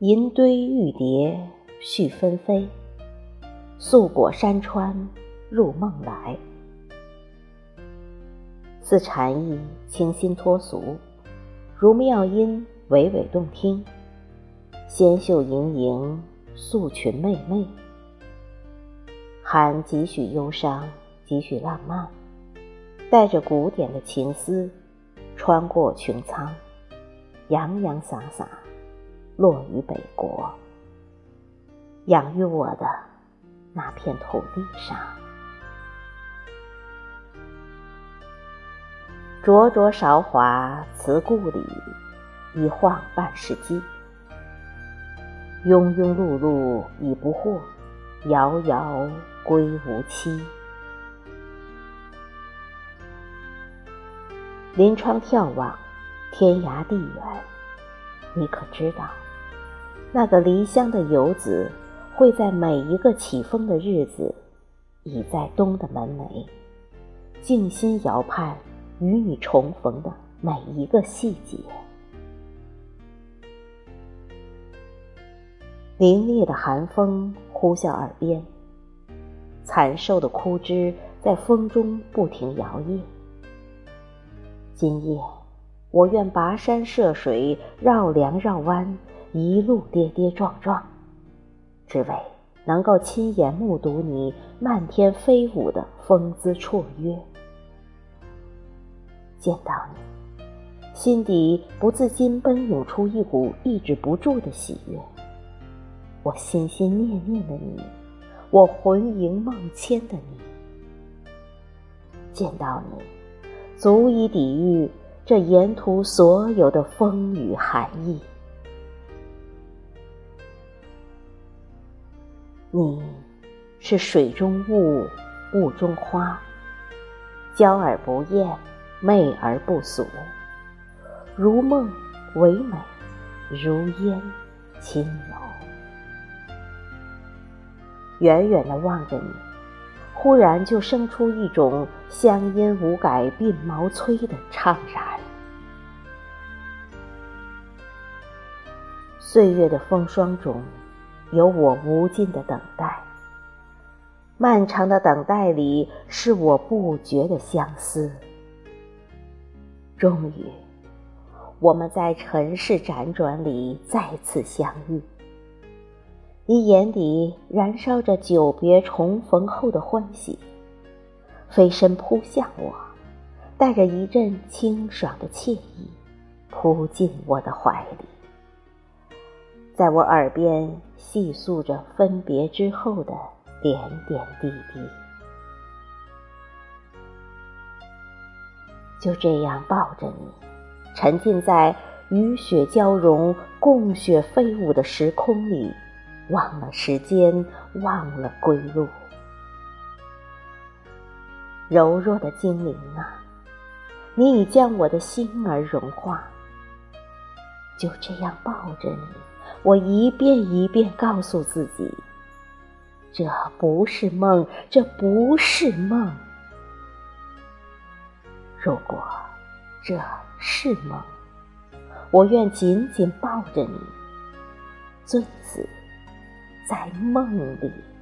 银堆玉叠续纷飞，素裹山川入梦来。似禅意清新脱俗，如妙音娓娓动听，纤袖盈盈，素裙媚媚，含几许忧伤，几许浪漫，带着古典的情思，穿过穹苍，洋洋洒洒落于北国，养育我的那片土地上。灼灼韶华辞故里，一晃半世纪。庸庸碌碌已不惑，遥遥归无期。临窗眺望，天涯地远，你可知道，那个离乡的游子会在每一个起风的日子，倚在东的门楣，静心遥盼与你重逢的每一个细节。凛冽的寒风呼啸耳边，残瘦的枯枝在风中不停摇曳。今夜我愿跋山涉水，绕梁绕弯，一路跌跌撞撞，只为能够亲眼目睹你漫天飞舞的风姿绰约。见到你，心底不自禁奔涌出一股抑制不住的喜悦。我心心念念的你，我魂萦梦牵的你，见到你，足以抵御这沿途所有的风雨寒意。你是水中雾，雾中花，娇而不艳，媚而不俗，如梦唯美，如烟轻柔。远远地望着你，忽然就生出一种乡音无改鬓毛衰的怅然。岁月的风霜中，有我无尽的等待，漫长的等待里是我不绝的相思。终于，我们在尘世辗转里再次相遇，你眼底燃烧着久别重逢后的欢喜，飞身扑向我，带着一阵清爽的惬意，扑进我的怀里，在我耳边细诉着分别之后的点点滴滴。就这样抱着你，沉浸在雨雪交融、共雪飞舞的时空里，忘了时间，忘了归路。柔弱的精灵啊，你已将我的心儿融化。就这样抱着你，我一遍一遍告诉自己，这不是梦，这不是梦。如果这是梦，我愿紧紧抱着你，醉死在梦里。